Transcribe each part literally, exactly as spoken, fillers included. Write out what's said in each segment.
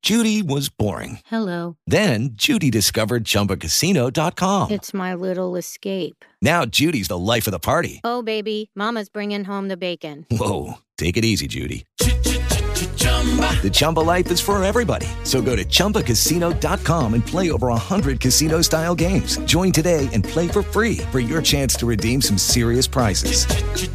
Judy was boring. Hello. Then Judy discovered Chumba Casino dot com. It's my little escape. Now Judy's the life of the party. Oh, baby, mama's bringing home the bacon. Whoa, take it easy, Judy. The Chumba life is for everybody. So go to Chumba Casino dot com and play over one hundred casino-style games. Join today and play for free for your chance to redeem some serious prizes.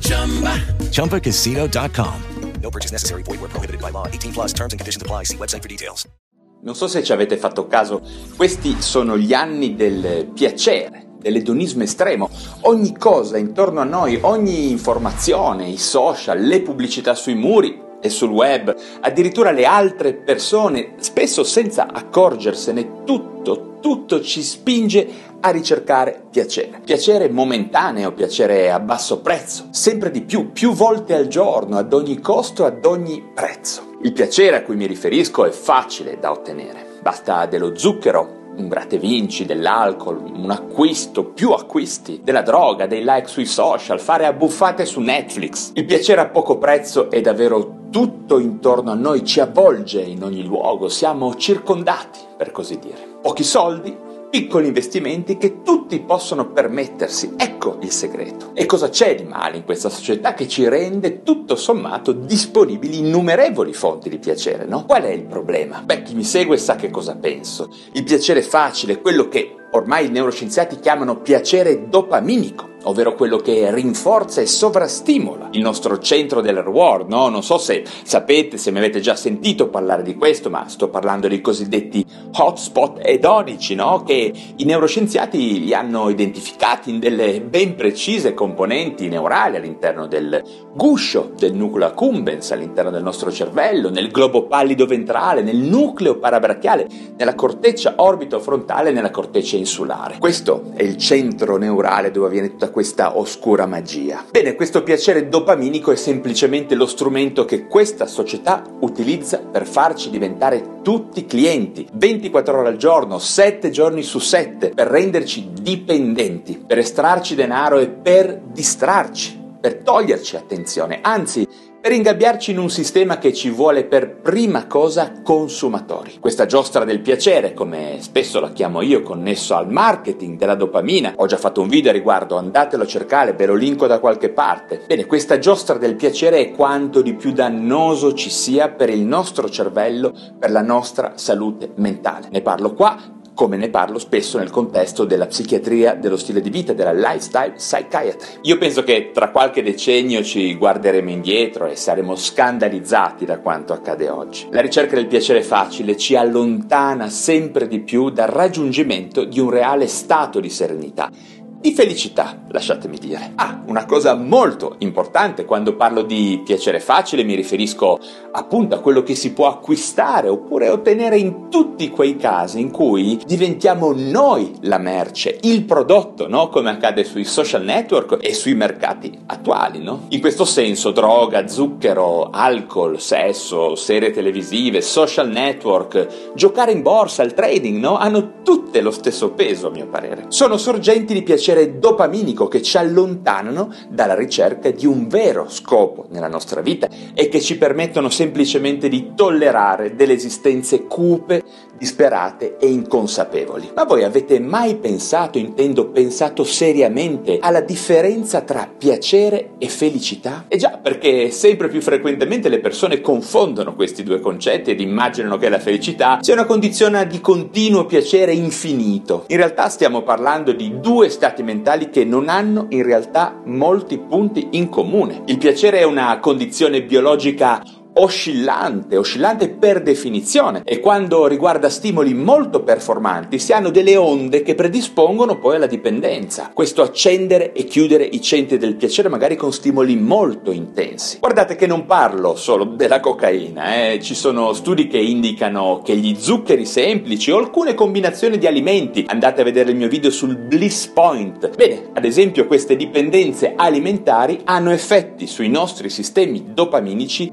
Chumba Casino dot com. No purchase necessary. Void where prohibited by law. eighteen plus terms and conditions apply. See website for details. Non so se ci avete fatto caso, questi sono gli anni del piacere, dell'edonismo estremo. Ogni cosa intorno a noi, ogni informazione, i social, le pubblicità sui muri e sul web, addirittura le altre persone, spesso senza accorgersene, tutto, tutto ci spinge a ricercare piacere. Piacere momentaneo, piacere a basso prezzo, sempre di più, più volte al giorno, ad ogni costo, ad ogni prezzo. Il piacere a cui mi riferisco è facile da ottenere. Basta dello zucchero, un gratta e vinci, dell'alcol, un acquisto, più acquisti, della droga, dei like sui social, fare abbuffate su Netflix. Il piacere a poco prezzo è davvero tutto intorno a noi, ci avvolge in ogni luogo, siamo circondati, per così dire. Pochi soldi, piccoli investimenti che tutti possono permettersi, ecco il segreto. E cosa c'è di male in questa società che ci rende tutto sommato disponibili innumerevoli fonti di piacere, no? Qual è il problema? Beh, chi mi segue sa che cosa penso. Il piacere facile, quello che ormai i neuroscienziati chiamano piacere dopaminico, ovvero quello che rinforza e sovrastimola il nostro centro del reward, no? Non so se sapete, se mi avete già sentito parlare di questo, ma sto parlando dei cosiddetti hotspot edonici, no? Che i neuroscienziati li hanno identificati in delle ben precise componenti neurali all'interno del guscio del nucleo accumbens, all'interno del nostro cervello, nel globo pallido ventrale, nel nucleo parabrachiale, nella corteccia orbitofrontale e nella corteccia insulare. Questo è il centro neurale dove avviene tutta questa oscura magia. Bene, questo piacere dopaminico è semplicemente lo strumento che questa società utilizza per farci diventare tutti clienti, ventiquattro ore al giorno, sette giorni su sette, per renderci dipendenti, per estrarci denaro e per distrarci, per toglierci attenzione, anzi per ingabbiarci in un sistema che ci vuole per prima cosa consumatori. Questa giostra del piacere, come spesso la chiamo io, connesso al marketing della dopamina, ho già fatto un video a riguardo, andatelo a cercare, ve lo linko da qualche parte. Bene, questa giostra del piacere è quanto di più dannoso ci sia per il nostro cervello, per la nostra salute mentale. Ne parlo qua, come ne parlo spesso nel contesto della psichiatria dello stile di vita, della lifestyle psychiatry. Io penso che tra qualche decennio ci guarderemo indietro e saremo scandalizzati da quanto accade oggi. La ricerca del piacere facile ci allontana sempre di più dal raggiungimento di un reale stato di serenità, di felicità, lasciatemi dire. Ah, una cosa molto importante quando parlo di piacere facile mi riferisco appunto a quello che si può acquistare oppure ottenere in tutti quei casi in cui diventiamo noi la merce, il prodotto, no? Come accade sui social network e sui mercati attuali, no? In questo senso droga, zucchero, alcol, sesso, serie televisive, social network, giocare in borsa, il trading, no? Hanno tutte lo stesso peso a mio parere. Sono sorgenti di piacere dopaminico che ci allontanano dalla ricerca di un vero scopo nella nostra vita e che ci permettono semplicemente di tollerare delle esistenze cupe, disperate e inconsapevoli. Ma voi avete mai pensato, intendo pensato seriamente, alla differenza tra piacere e felicità? E già, perché sempre più frequentemente le persone confondono questi due concetti ed immaginano che la felicità sia una condizione di continuo piacere infinito. In realtà stiamo parlando di due stati mentali che non hanno in realtà molti punti in comune. Il piacere è una condizione biologica oscillante, oscillante per definizione, e quando riguarda stimoli molto performanti si hanno delle onde che predispongono poi alla dipendenza, questo accendere e chiudere i centri del piacere magari con stimoli molto intensi. Guardate che non parlo solo della cocaina, eh. Ci sono studi che indicano che gli zuccheri semplici o alcune combinazioni di alimenti, andate a vedere il mio video sul Bliss Point, bene, ad esempio queste dipendenze alimentari hanno effetti sui nostri sistemi dopaminici molto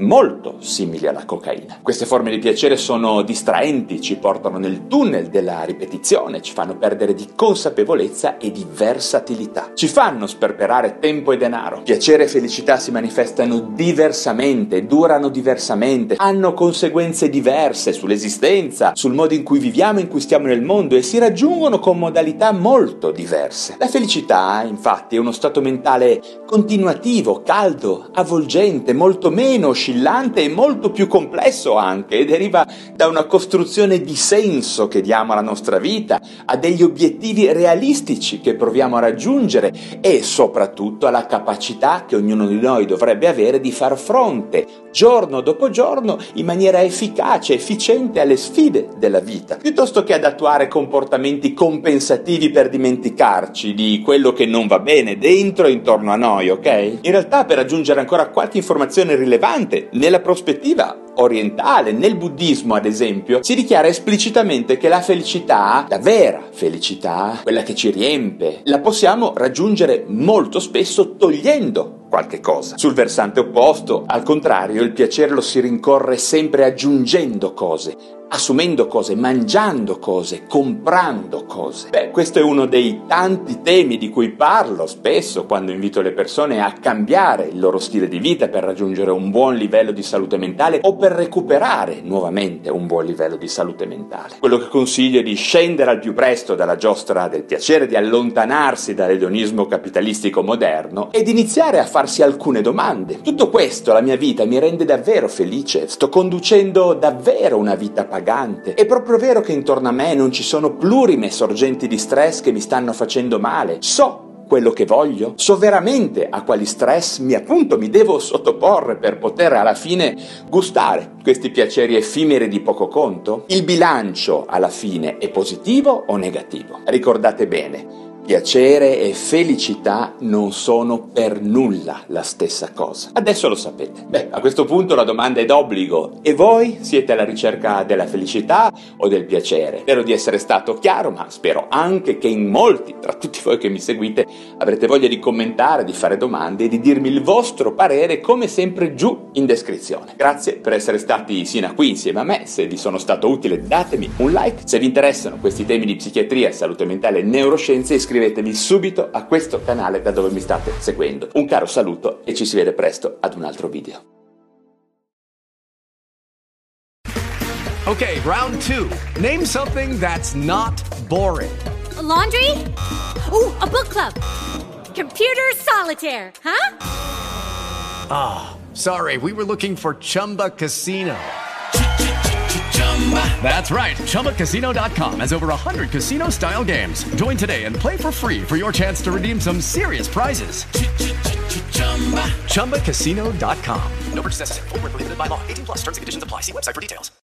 molto simili alla cocaina. Queste forme di piacere sono distraenti, ci portano nel tunnel della ripetizione, ci fanno perdere di consapevolezza e di versatilità, ci fanno sperperare tempo e denaro. Piacere e felicità si manifestano diversamente, durano diversamente, hanno conseguenze diverse sull'esistenza, sul modo in cui viviamo, in cui stiamo nel mondo, e si raggiungono con modalità molto diverse. La felicità, infatti, è uno stato mentale continuativo, caldo, avvolgente, molto meno oscillante e molto più complesso anche, e deriva da una costruzione di senso che diamo alla nostra vita, a degli obiettivi realistici che proviamo a raggiungere e soprattutto alla capacità che ognuno di noi dovrebbe avere di far fronte giorno dopo giorno in maniera efficace, efficiente alle sfide della vita, piuttosto che ad attuare comportamenti compensativi per dimenticarci di quello che non va bene dentro e intorno a noi, ok? In realtà, per aggiungere ancora qualche informazione rilevante, nella prospettiva orientale, nel buddismo ad esempio, si dichiara esplicitamente che la felicità, la vera felicità, quella che ci riempie, la possiamo raggiungere molto spesso togliendo qualche cosa. Sul versante opposto, al contrario, il piacere lo si rincorre sempre aggiungendo cose, assumendo cose, mangiando cose, comprando cose. Beh, questo è uno dei tanti temi di cui parlo spesso quando invito le persone a cambiare il loro stile di vita per raggiungere un buon livello di salute mentale o per recuperare nuovamente un buon livello di salute mentale. Quello che consiglio è di scendere al più presto dalla giostra del piacere, di allontanarsi dall'edonismo capitalistico moderno ed iniziare a farsi alcune domande. Tutto questo, la mia vita, mi rende davvero felice? Sto conducendo davvero una vita pagante? È proprio vero che intorno a me non ci sono plurime sorgenti di stress che mi stanno facendo male? So quello che voglio? So veramente a quali stress mi appunto mi devo sottoporre per poter alla fine gustare questi piaceri effimeri di poco conto? Il bilancio alla fine è positivo o negativo? Ricordate bene, piacere e felicità non sono per nulla la stessa cosa. Adesso lo sapete. Beh, a questo punto la domanda è d'obbligo. E voi siete alla ricerca della felicità o del piacere? Spero di essere stato chiaro, ma spero anche che in molti, tra tutti voi che mi seguite, avrete voglia di commentare, di fare domande e di dirmi il vostro parere, come sempre giù in descrizione. Grazie per essere stati sino a qui insieme a me. Se vi sono stato utile, datemi un like. Se vi interessano questi temi di psichiatria, salute mentale e neuroscienze, iscrivetevi Iscrivetevi subito a questo canale da dove mi state seguendo. Un caro saluto e ci si vede presto ad un altro video. Okay, round two. Name something that's not boring. A laundry? Ooh, a book club. Computer solitaire, huh? Ah, oh, sorry, we were looking for Chumba Casino. That's right. Chumba Casino dot com has over one hundred casino-style games. Join today and play for free for your chance to redeem some serious prizes. Chumba Casino dot com. No purchase necessary. Void where prohibited by law. eighteen plus terms and conditions apply. See website for details.